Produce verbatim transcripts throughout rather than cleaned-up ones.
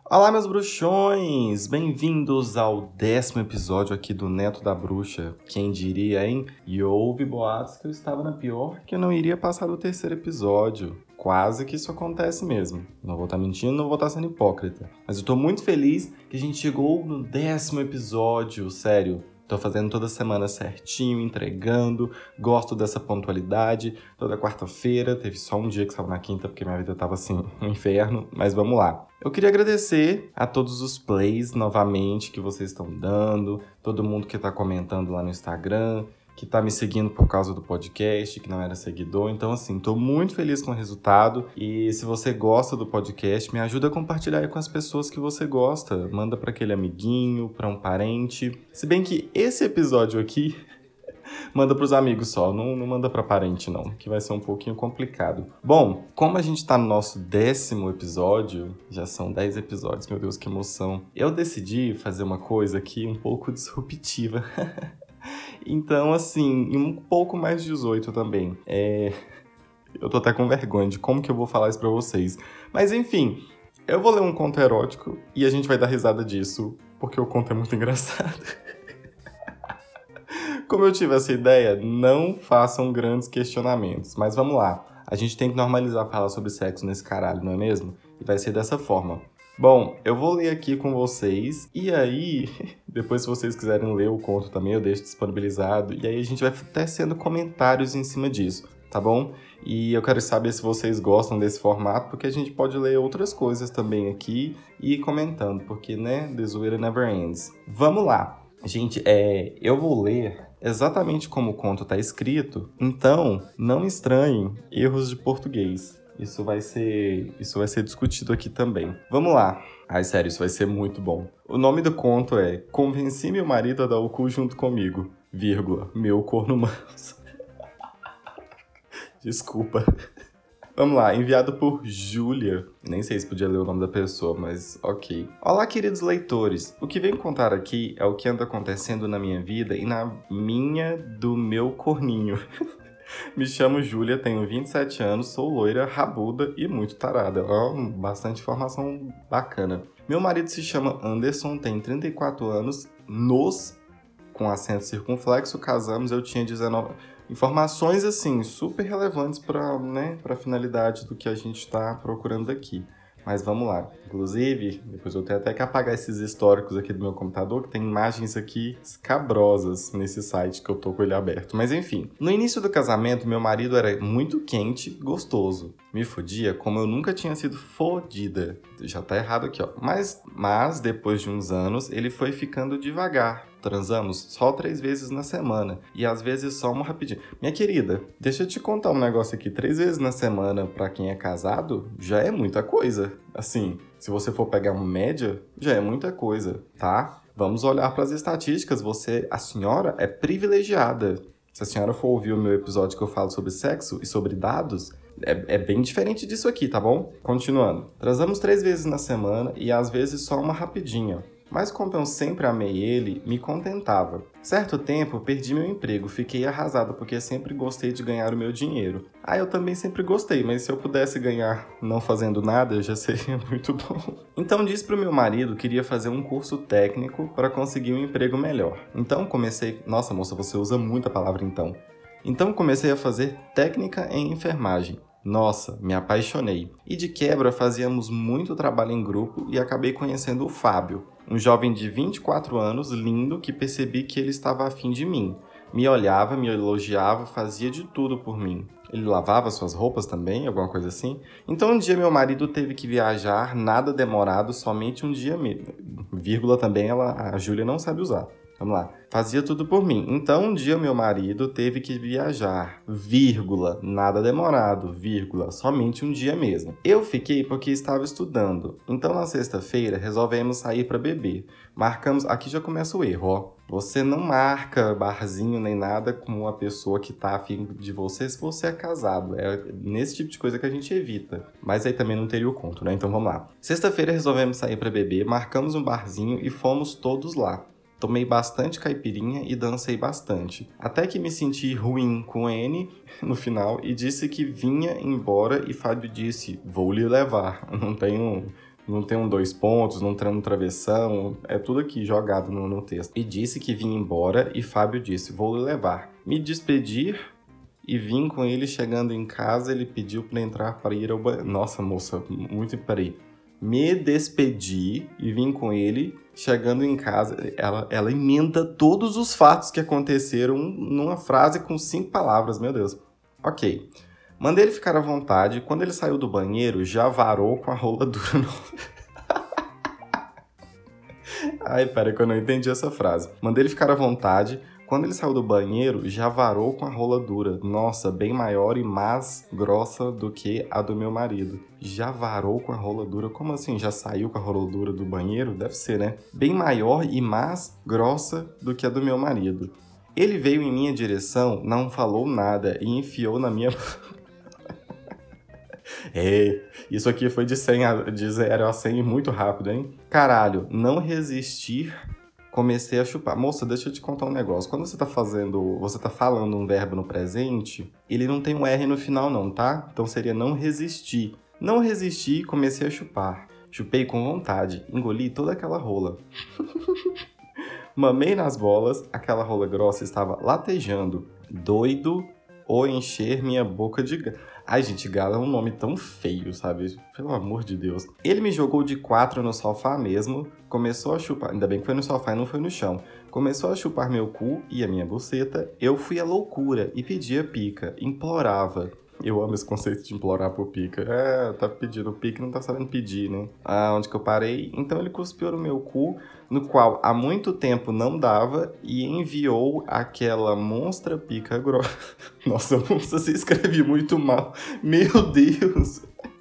Olá, meus bruxões! Bem-vindos ao décimo episódio aqui do Neto da Bruxa. Quem diria, hein? E houve boatos que eu estava na pior, que eu não iria passar do terceiro episódio. Quase que isso acontece mesmo. Não vou estar mentindo, não vou estar sendo hipócrita. Mas eu tô muito feliz que a gente chegou no décimo episódio, sério. Tô fazendo toda semana certinho, entregando, gosto dessa pontualidade. Toda quarta-feira, teve só um dia que saiu na quinta, porque minha vida tava assim, um inferno, mas vamos lá. Eu queria agradecer a todos os plays, novamente, que vocês estão dando, todo mundo que tá comentando lá no Instagram, que tá me seguindo por causa do podcast, que não era seguidor. Então, assim, tô muito feliz com o resultado. E se você gosta do podcast, me ajuda a compartilhar aí com as pessoas que você gosta. Manda pra aquele amiguinho, pra um parente. Se bem que esse episódio aqui, manda pros amigos só, não, não manda pra parente não, que vai ser um pouquinho complicado. Bom, como a gente tá no nosso décimo episódio, já são dez episódios, meu Deus, que emoção. Eu decidi fazer uma coisa aqui um pouco disruptiva. Então, assim, e um pouco mais dezoito também. É... Eu tô até com vergonha de como que eu vou falar isso pra vocês. Mas, enfim, eu vou ler um conto erótico e a gente vai dar risada disso, porque o conto é muito engraçado. Como eu tive essa ideia, não façam grandes questionamentos. Mas vamos lá. A gente tem que normalizar falar sobre sexo nesse caralho, não é mesmo? E vai ser dessa forma. Bom, eu vou ler aqui com vocês, e aí, depois se vocês quiserem ler o conto também, eu deixo disponibilizado, e aí a gente vai tecendo comentários em cima disso, tá bom? E eu quero saber se vocês gostam desse formato, porque a gente pode ler outras coisas também aqui e ir comentando, porque, né, the zoeira never ends. Vamos lá! Gente, é, eu vou ler exatamente como o conto está escrito, então não estranhem erros de português. Isso vai ser, isso vai ser discutido aqui também. Vamos lá. Ai, sério, isso vai ser muito bom. O nome do conto é Convenci meu marido a dar o cu junto comigo, vírgula, meu corno manso. Desculpa. Vamos lá, enviado por Júlia. Nem sei se podia ler o nome da pessoa, mas ok. Olá, queridos leitores. O que venho contar aqui é o que anda acontecendo na minha vida e na minha do meu corninho. Me chamo Júlia, tenho vinte e sete anos, sou loira, rabuda e muito tarada. Ó, oh, bastante informação bacana. Meu marido se chama Anderson, tem trinta e quatro anos, nos, com acento circunflexo, casamos, eu tinha dezenove... Informações, assim, super relevantes para, né, para a finalidade do que a gente está procurando aqui. Mas vamos lá. Inclusive, depois eu tenho até que apagar esses históricos aqui do meu computador, que tem imagens aqui escabrosas nesse site que eu tô com ele aberto. Mas enfim, no início do casamento, meu marido era muito quente, gostoso. Me fodia como eu nunca tinha sido fodida. Já tá errado aqui, ó. Mas, mas depois de uns anos, ele foi ficando devagar. Transamos só três vezes na semana. E às vezes só uma rapidinho. Minha querida, deixa eu te contar um negócio aqui. Três vezes na semana pra quem é casado, já é muita coisa. Assim, se você for pegar uma média, já é muita coisa, tá? Vamos olhar para as estatísticas. Você, a senhora, é privilegiada. Se a senhora for ouvir o meu episódio que eu falo sobre sexo e sobre dados, é, é bem diferente disso aqui, tá bom? Continuando. Transamos três vezes na semana e às vezes só uma rapidinha. Mas como eu sempre amei ele, me contentava. Certo tempo, perdi meu emprego, fiquei arrasada porque sempre gostei de ganhar o meu dinheiro. Ah, eu também sempre gostei, mas se eu pudesse ganhar não fazendo nada, já seria muito bom. Então disse pro meu marido que iria fazer um curso técnico para conseguir um emprego melhor. Então comecei... Nossa, moça, você usa muito a palavra então. Então comecei a fazer técnica em enfermagem. Nossa, me apaixonei. E de quebra fazíamos muito trabalho em grupo e acabei conhecendo o Fábio, um jovem de vinte e quatro anos, lindo, que percebi que ele estava afim de mim. Me olhava, me elogiava, fazia de tudo por mim. Ele lavava suas roupas também, alguma coisa assim? Então um dia meu marido teve que viajar, nada demorado, somente um dia mesmo. Vírgula também, ela, a Júlia não sabe usar. Vamos lá. Fazia tudo por mim. Então, um dia meu marido teve que viajar, vírgula, nada demorado, vírgula, somente um dia mesmo. Eu fiquei porque estava estudando. Então, na sexta-feira, resolvemos sair para beber. Marcamos... Aqui já começa o erro, ó. Você não marca barzinho nem nada com uma pessoa que tá afim de você se você é casado. É nesse tipo de coisa que a gente evita. Mas aí também não teria o conto, né? Então, vamos lá. Sexta-feira, resolvemos sair para beber, marcamos um barzinho e fomos todos lá. Tomei bastante caipirinha e dancei bastante. Até que me senti ruim com N no final e disse que vinha embora e Fábio disse, vou lhe levar. Não tenho Não tem um dois pontos, não tem um travessão, é tudo aqui jogado no, no texto. E disse que vinha embora e Fábio disse, vou lhe levar. Me despedir e vim com ele. Chegando em casa, ele pediu para entrar para ir ao banheiro. Nossa, moça, muito, peraí. Me despedi e vim com ele. Chegando em casa, ela, ela emenda todos os fatos que aconteceram numa frase com cinco palavras, meu Deus. Ok. Mandei ele ficar à vontade. Quando ele saiu do banheiro, já varou com a rola dura no... Ai, pera que eu não entendi essa frase. Mandei ele ficar à vontade. Quando ele saiu do banheiro, já varou com a rola dura. Nossa, bem maior e mais grossa do que a do meu marido. Já varou com a rola dura? Como assim? Já saiu com a rola dura do banheiro? Deve ser, né? Bem maior e mais grossa do que a do meu marido. Ele veio em minha direção, não falou nada e enfiou na minha... É, isso aqui foi de, cem a, de zero a cem muito rápido, hein? Caralho, não resistir... Comecei a chupar. Moça, deixa eu te contar um negócio. Quando você tá fazendo, você tá falando um verbo no presente, ele não tem um R no final não, tá? Então seria não resistir. Não resisti e comecei a chupar. Chupei com vontade. Engoli toda aquela rola. Mamei nas bolas. Aquela rola grossa estava latejando. Doido ou encher minha boca de... Ga... Ai, gente, galo é um nome tão feio, sabe? Pelo amor de Deus. Ele me jogou de quatro no sofá mesmo, começou a chupar... Ainda bem que foi no sofá e não foi no chão. Começou a chupar meu cu e a minha buceta. Eu fui à loucura e pedia pica, implorava. Eu amo esse conceito de implorar por pica. É, tá pedindo pica e não tá sabendo pedir, né? Ah, onde que eu parei? Então ele cuspiu no meu cu, no qual há muito tempo não dava, e enviou aquela monstra pica grossa. Nossa, moça, você escreve muito mal. Meu Deus!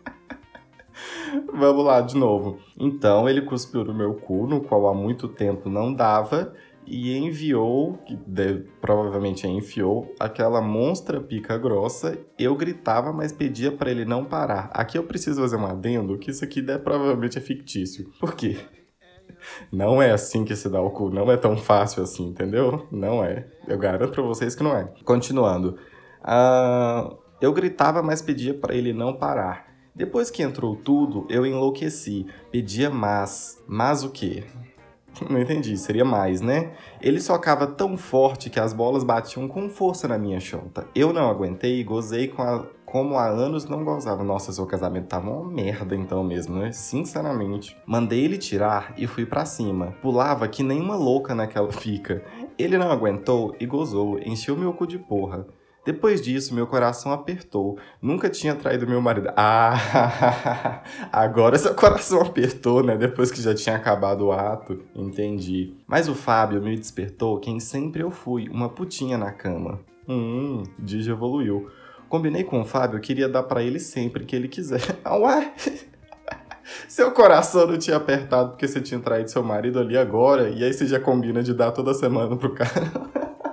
Vamos lá, de novo. Então ele cuspiu no meu cu, no qual há muito tempo não dava, e enviou, que deve, provavelmente enfiou, aquela monstra pica grossa. Eu gritava, mas pedia pra ele não parar. Aqui eu preciso fazer um adendo, que isso aqui deve, provavelmente é fictício. Por quê? Não é assim que se dá o cu, não é tão fácil assim, entendeu? Não é. Eu garanto pra vocês que não é. Continuando. Uh, eu gritava, mas pedia pra ele não parar. Depois que entrou tudo, eu enlouqueci. Pedia mais. Mais o quê? Não entendi, seria mais, né? Ele socava tão forte que as bolas batiam com força na minha chota. Eu não aguentei e gozei com a, como há anos não gozava. Nossa, seu casamento tava uma merda então mesmo, né? Sinceramente. Mandei ele tirar e fui pra cima. Pulava que nem uma louca naquela pica. Ele não aguentou e gozou, encheu meu cu de porra. Depois disso, meu coração apertou. Nunca tinha traído meu marido. Ah, agora seu coração apertou, né? Depois que já tinha acabado o ato. Entendi. Mas o Fábio me despertou quem sempre eu fui, uma putinha na cama. Hum, Digi evoluiu. Combinei com o Fábio, queria dar pra ele sempre que ele quiser. Ah, ué? Seu coração não tinha apertado porque você tinha traído seu marido ali agora, e aí você já combina de dar toda semana pro cara.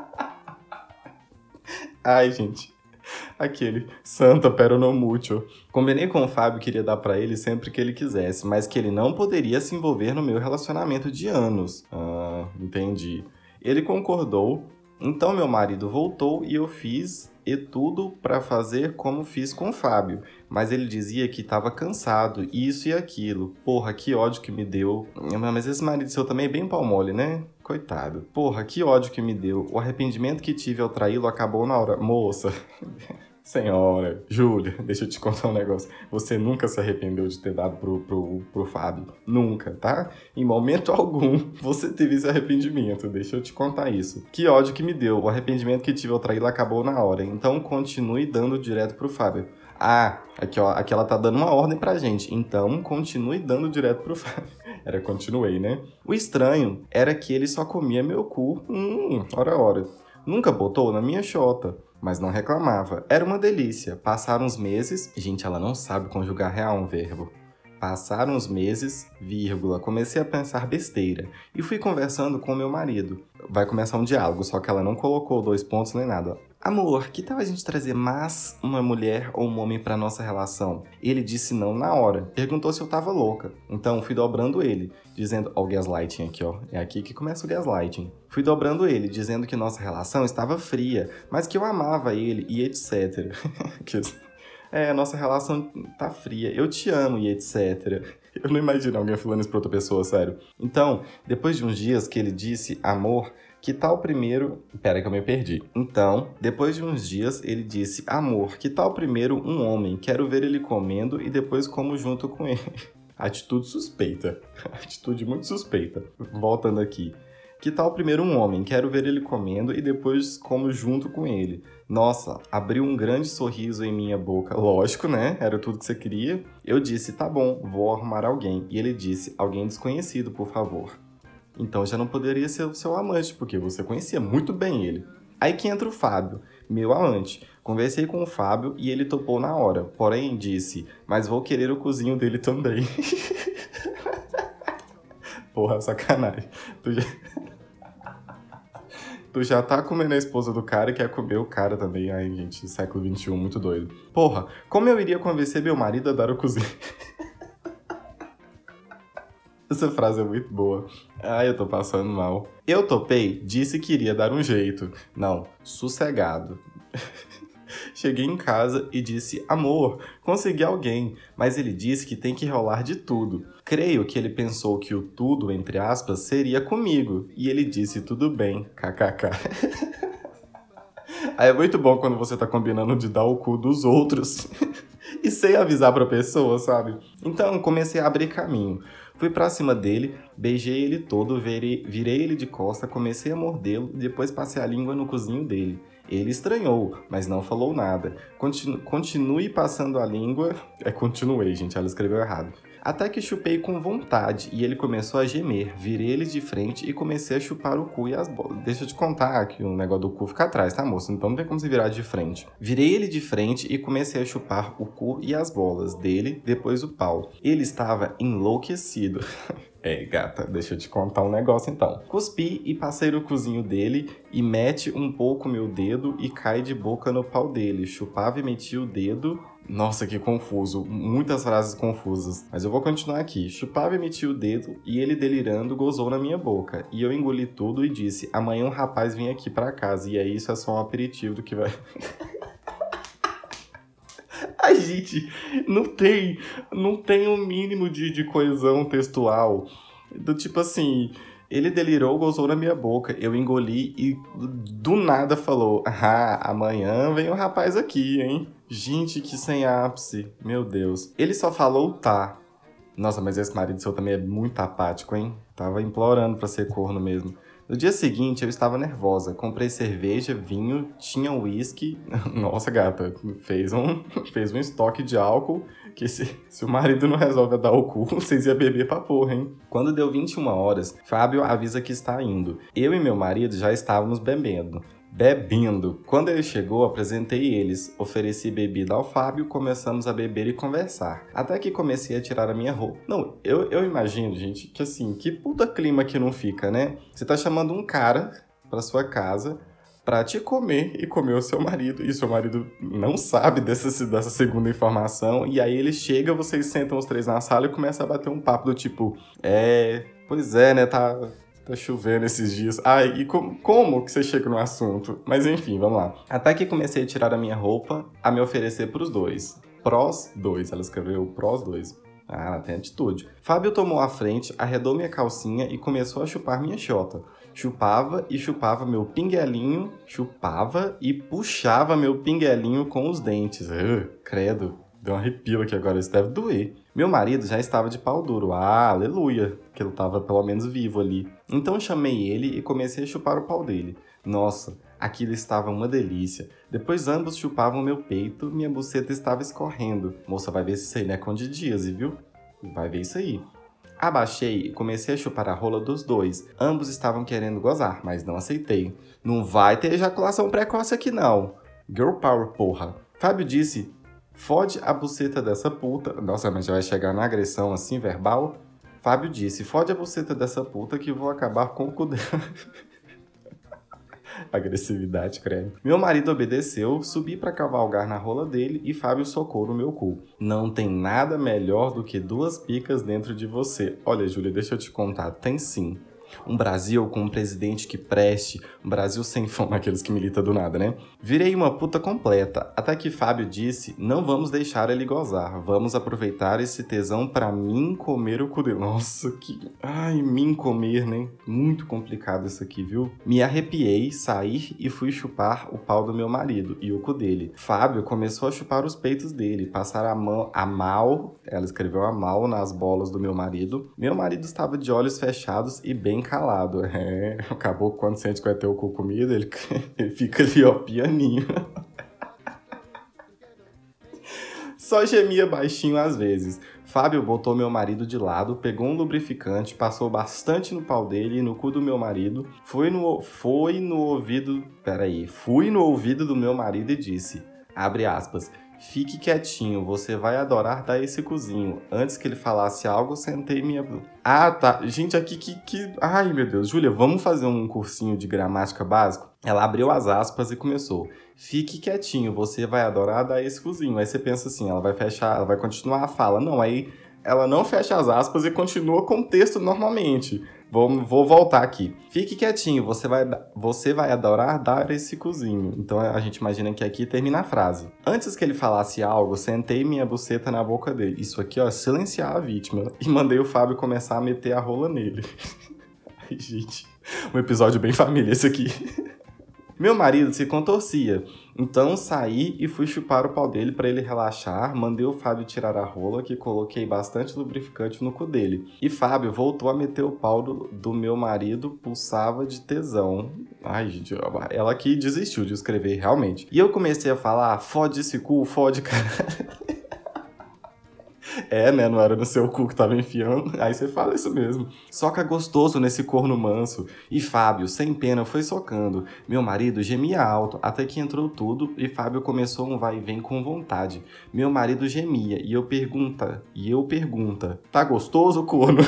Ai, gente, aquele Santa peronomútil. Combinei com o Fábio que iria dar pra ele sempre que ele quisesse, mas que ele não poderia se envolver no meu relacionamento de anos. Ah, entendi. Ele concordou, então meu marido voltou e eu fiz e tudo pra fazer como fiz com o Fábio. Mas ele dizia que tava cansado, isso e aquilo. Porra, que ódio que me deu. Mas esse marido seu também é bem pau mole, né? Coitado. Porra, que ódio que me deu. O arrependimento que tive ao traí-lo acabou na hora. Moça, senhora, Júlia, deixa eu te contar um negócio. Você nunca se arrependeu de ter dado pro, pro, pro Fábio. Nunca, tá? Em momento algum você teve esse arrependimento. Deixa eu te contar isso. Que ódio que me deu. O arrependimento que tive ao traí-lo acabou na hora. Então continue dando direto pro Fábio. Ah, aqui ó, aqui ela tá dando uma ordem pra gente. Então continue dando direto pro Fábio. Era continuei, né? O estranho era que ele só comia meu cu. Hum, ora, ora. Nunca botou na minha xota, mas não reclamava. Era uma delícia. Passaram uns meses... Gente, ela não sabe conjugar real um verbo. Passaram uns meses, vírgula, comecei a pensar besteira. E fui conversando com meu marido. Vai começar um diálogo, só que ela não colocou dois pontos nem nada. Amor, que tal a gente trazer mais uma mulher ou um homem pra nossa relação? Ele disse não na hora. Perguntou se eu tava louca. Então fui dobrando ele, dizendo... Ó, o gaslighting aqui, ó. É aqui que começa o gaslighting. Fui dobrando ele, dizendo que nossa relação estava fria, mas que eu amava ele e etcétera. É, nossa relação tá fria, eu te amo e etcétera. Eu não imagino alguém falando isso pra outra pessoa, sério. Então, depois de uns dias que ele disse, amor, que tal primeiro... Pera que eu me perdi. Então, depois de uns dias, ele disse, amor, que tal primeiro um homem? Quero ver ele comendo e depois como junto com ele. Atitude suspeita. Atitude muito suspeita. Voltando aqui. Que tal primeiro um homem? Quero ver ele comendo e depois como junto com ele. Nossa, abriu um grande sorriso em minha boca. Lógico, né? Era tudo que você queria. Eu disse, tá bom, vou arrumar alguém. E ele disse, alguém desconhecido, por favor. Então já não poderia ser o seu amante, porque você conhecia muito bem ele. Aí que entra o Fábio, meu amante. Conversei com o Fábio e ele topou na hora. Porém, disse, mas vou querer o cozinho dele também. Porra, sacanagem. Tu já... tu já tá comendo a esposa do cara e quer comer o cara também. Ai, gente, século vinte e um, muito doido. Porra, como eu iria convencer meu marido a dar o cozinho? Essa frase é muito boa. Ai, eu tô passando mal. Eu topei, disse que iria dar um jeito. Não, sossegado. Cheguei em casa e disse, amor, consegui alguém, mas ele disse que tem que rolar de tudo. Creio que ele pensou que o tudo, entre aspas, seria comigo. E ele disse, tudo bem, kkk. Aí é muito bom quando você tá combinando de dar o cu dos outros e sem avisar pra pessoa, sabe? Então comecei a abrir caminho. Fui pra cima dele, beijei ele todo, virei, virei ele de costa, comecei a mordê-lo e depois passei a língua no cozinho dele. Ele estranhou, mas não falou nada. Continu, continue passando a língua... É, continuei, gente, ela escreveu errado. Até que chupei com vontade e ele começou a gemer. Virei ele de frente e comecei a chupar o cu e as bolas. Deixa eu te contar que o negócio do cu fica atrás, tá, moça? Então não tem como se virar de frente. Virei ele de frente e comecei a chupar o cu e as bolas dele, depois o pau. Ele estava enlouquecido. É, gata, deixa eu te contar um negócio então. Cuspi e passei no cozinho dele e mete um pouco meu dedo e cai de boca no pau dele. Chupava e metia o dedo... Nossa, que confuso. Muitas frases confusas. Mas eu vou continuar aqui. Chupava e metia o dedo e ele, delirando, gozou na minha boca. E eu engoli tudo e disse, amanhã um rapaz vem aqui pra casa. E aí isso é só um aperitivo do que vai... Ai, gente, não tem, não tem um mínimo de, de coesão textual. Do tipo assim, ele delirou, gozou na minha boca, eu engoli e do nada falou, ah, amanhã vem um rapaz aqui, hein? Gente, que sem ápice, meu Deus. Ele só falou tá. Nossa, mas esse marido seu também é muito apático, hein? Tava implorando pra ser corno mesmo. No dia seguinte, eu estava nervosa. Comprei cerveja, vinho, tinha uísque. Nossa, gata, fez um, fez um estoque de álcool que se, se o marido não resolve dar o cu, vocês iam beber pra porra, hein? Quando deu vinte e uma horas, Fábio avisa que está indo. Eu e meu marido já estávamos bebendo. Bebendo. Quando ele chegou, apresentei eles, ofereci bebida ao Fábio, começamos a beber e conversar. Até que comecei a tirar a minha roupa. Não, eu, eu imagino, gente, que assim, que puta clima que não fica, né? Você tá chamando um cara pra sua casa pra te comer e comer o seu marido. E seu marido não sabe dessa, dessa segunda informação. E aí ele chega, vocês sentam os três na sala e começa a bater um papo do tipo... É... Pois é, né, tá... Tá chovendo esses dias. Ai, e com, como que você chega no assunto? Mas enfim, vamos lá. Até que comecei a tirar a minha roupa, a me oferecer pros dois. Prós dois. Ela escreveu prós dois. Ah, ela tem atitude. Fábio tomou a frente, arredou minha calcinha e começou a chupar minha xota. Chupava e chupava meu pinguelinho, chupava e puxava meu pinguelinho com os dentes. Uh, credo. Deu um arrepio aqui agora, isso deve doer. Meu marido já estava de pau duro. Ah, aleluia, que ele estava pelo menos vivo ali. Então chamei ele e comecei a chupar o pau dele. Nossa, aquilo estava uma delícia. Depois ambos chupavam meu peito, minha buceta estava escorrendo. Moça, vai ver se isso aí não é condidíase, viu? Vai ver isso aí. Abaixei e comecei a chupar a rola dos dois. Ambos estavam querendo gozar, mas não aceitei. Não vai ter ejaculação precoce aqui não. Girl power, porra. Fábio disse... Fode a buceta dessa puta... Nossa, mas já vai chegar na agressão assim, verbal? Fábio disse, fode a buceta dessa puta que vou acabar com o cu dela. Agressividade, credo. Meu marido obedeceu, subi pra cavalgar na rola dele e Fábio socou no meu cu. Não tem nada melhor do que duas picas dentro de você. Olha, Júlia, deixa eu te contar, tem sim. Um Brasil com um presidente que preste, um Brasil sem fome, aqueles que militam do nada, né? Virei uma puta completa, até que Fábio disse, não vamos deixar ele gozar, vamos aproveitar esse tesão pra mim comer o cu dele. Nossa, que... Ai, mim comer, né? Muito complicado isso aqui, viu? Me arrepiei, saí e fui chupar o pau do meu marido e o cu dele. Fábio começou a chupar os peitos dele, passar a mão, a mal, ela escreveu a mal nas bolas do meu marido. Meu marido estava de olhos fechados e bem calado. É, acabou quando sente que vai ter o cu comido, ele, ele fica ali, ó, pianinho. Só gemia baixinho às vezes. Fábio botou meu marido de lado, pegou um lubrificante, passou bastante no pau dele e no cu do meu marido, foi no, foi no ouvido... Peraí, fui no ouvido do meu marido e disse, abre aspas, fique quietinho, você vai adorar dar esse cozinho. Antes que ele falasse algo, sentei minha... Ah, tá. Gente, aqui que... que... Ai, meu Deus. Júlia, vamos fazer um cursinho de gramática básico? Ela abriu as aspas e começou. Fique quietinho, você vai adorar dar esse cozinho. Aí você pensa assim, ela vai fechar, ela vai continuar a fala. Não, aí ela não fecha as aspas e continua com o texto normalmente. Vou, vou voltar aqui. Fique quietinho, você vai, você vai adorar dar esse cozinho. Então a gente imagina que aqui termina a frase. Antes que ele falasse algo, sentei minha buceta na boca dele. Isso aqui, ó, silenciar a vítima. E mandei o Fábio começar a meter a rola nele. Ai, gente, um episódio bem família esse aqui. Meu marido se contorcia, então saí e fui chupar o pau dele para ele relaxar, mandei o Fábio tirar a rola, que coloquei bastante lubrificante no cu dele. E Fábio voltou a meter o pau do, do meu marido, pulsava de tesão. Ai, gente, ela aqui desistiu de escrever, realmente. E eu comecei a falar, fode esse cu, fode, cara. É, né? Não era no seu cu que tava enfiando. Aí você fala isso mesmo. Soca gostoso nesse corno manso. E Fábio, sem pena, foi socando. Meu marido gemia alto, até que entrou tudo e Fábio começou um vai e vem com vontade. Meu marido gemia e eu pergunta, e eu pergunta, tá gostoso, corno?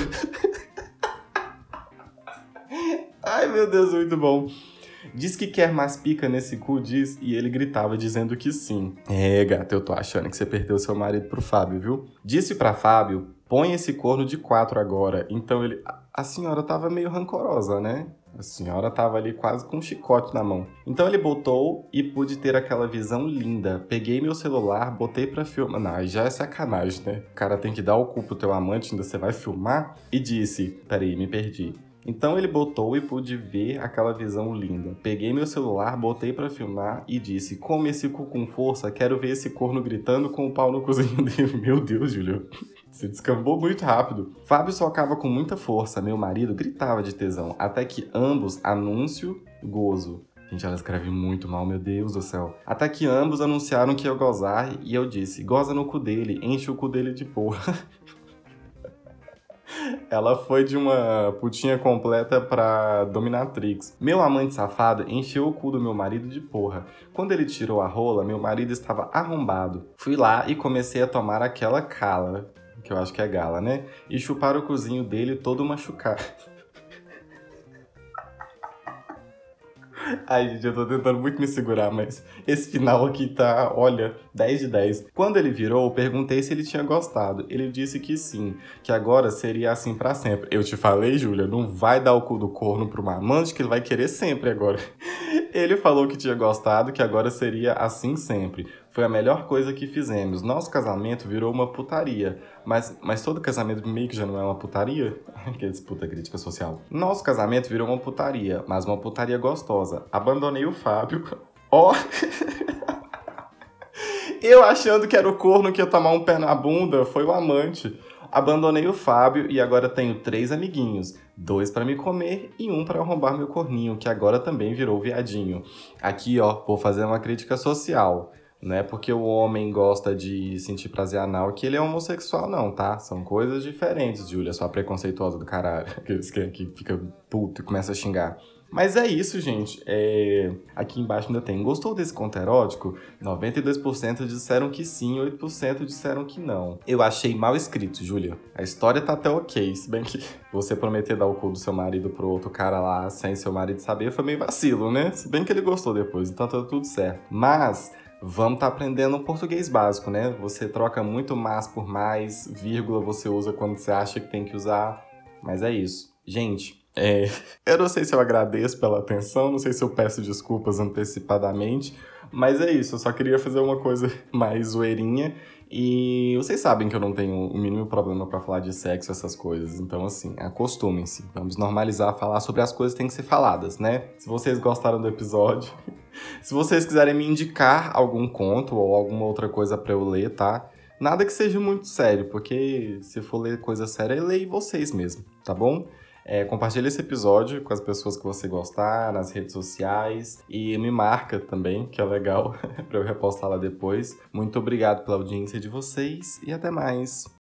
Ai, meu Deus, muito bom. Diz que quer mais pica nesse cu, diz, e ele gritava dizendo que sim. É, gata, eu tô achando que você perdeu seu marido pro Fábio, viu? Disse pra Fábio, põe esse corno de quatro agora. Então ele... A senhora tava meio rancorosa, né? A senhora tava ali quase com um chicote na mão. Então ele botou e pude ter aquela visão linda. Peguei meu celular, botei pra filmar. Não, já é sacanagem, né? O cara tem que dar o cu pro teu amante, ainda você vai filmar? E disse, peraí, me perdi. Então ele botou e pude ver aquela visão linda. Peguei meu celular, botei pra filmar e disse, come esse cu com força, quero ver esse corno gritando com o pau no cozinho dele. Meu Deus, Júlio, você descambou muito rápido. Fábio socava com muita força, meu marido gritava de tesão, até que ambos, anúncio, gozo. Gente, ela escreve muito mal, meu Deus do céu. Até que ambos anunciaram que ia gozar e eu disse, goza no cu dele, enche o cu dele de porra. Ela foi de uma putinha completa pra dominatrix. Meu amante safado encheu o cu do meu marido de porra. Quando ele tirou a rola, meu marido estava arrombado. Fui lá e comecei a tomar aquela cala, que eu acho que é gala, né? E chupar o cozinho dele todo machucado. Ai, gente, eu tô tentando muito me segurar, mas esse final aqui tá, olha, dez de dez. Quando ele virou, perguntei se ele tinha gostado. Ele disse que sim, que agora seria assim pra sempre. Eu te falei, Júlia, não vai dar o cu do corno pro amante que ele vai querer sempre agora. Ele falou que tinha gostado, que agora seria assim sempre. Foi a melhor coisa que fizemos. Nosso casamento virou uma putaria. Mas, mas todo casamento meio que já não é uma putaria? Que disputa crítica social. Nosso casamento virou uma putaria, mas uma putaria gostosa. Abandonei o Fábio. Ó! Oh. Eu achando que era o corno que ia tomar um pé na bunda, foi o amante. Abandonei o Fábio e agora tenho três amiguinhos. Dois pra me comer e um pra arrombar meu corninho, que agora também virou viadinho. Aqui, ó, vou fazer uma crítica social. Não é porque o homem gosta de sentir prazer anal que ele é homossexual, não, tá? São coisas diferentes, Júlia, sua preconceituosa do caralho. Aqueles que, que fica puto e começa a xingar. Mas é isso, gente. É... Aqui embaixo ainda tem. Gostou desse conto erótico? noventa e dois por cento disseram que sim, oito por cento disseram que não. Eu achei mal escrito, Júlia. A história tá até ok, se bem que você prometer dar o cu do seu marido pro outro cara lá sem seu marido saber foi meio vacilo, né? Se bem que ele gostou depois, então tá tudo certo. Mas... vamos tá aprendendo um português básico, né? Você troca muito mas por mais, vírgula você usa quando você acha que tem que usar. Mas é isso. Gente, É, eu não sei se eu agradeço pela atenção, não sei se eu peço desculpas antecipadamente, mas é isso, eu só queria fazer uma coisa mais zoeirinha. E vocês sabem que eu não tenho o mínimo problema pra falar de sexo, essas coisas. Então, assim, acostumem-se. Vamos normalizar falar sobre as coisas que têm que ser faladas, né? Se vocês gostaram do episódio, se vocês quiserem me indicar algum conto ou alguma outra coisa pra eu ler, tá? Nada que seja muito sério, porque se for ler coisa séria, eu leio vocês mesmo, tá bom? É, compartilhe esse episódio com as pessoas que você gostar, nas redes sociais. E me marca também, que é legal, pra eu repostar lá depois. Muito obrigado pela audiência de vocês e até mais!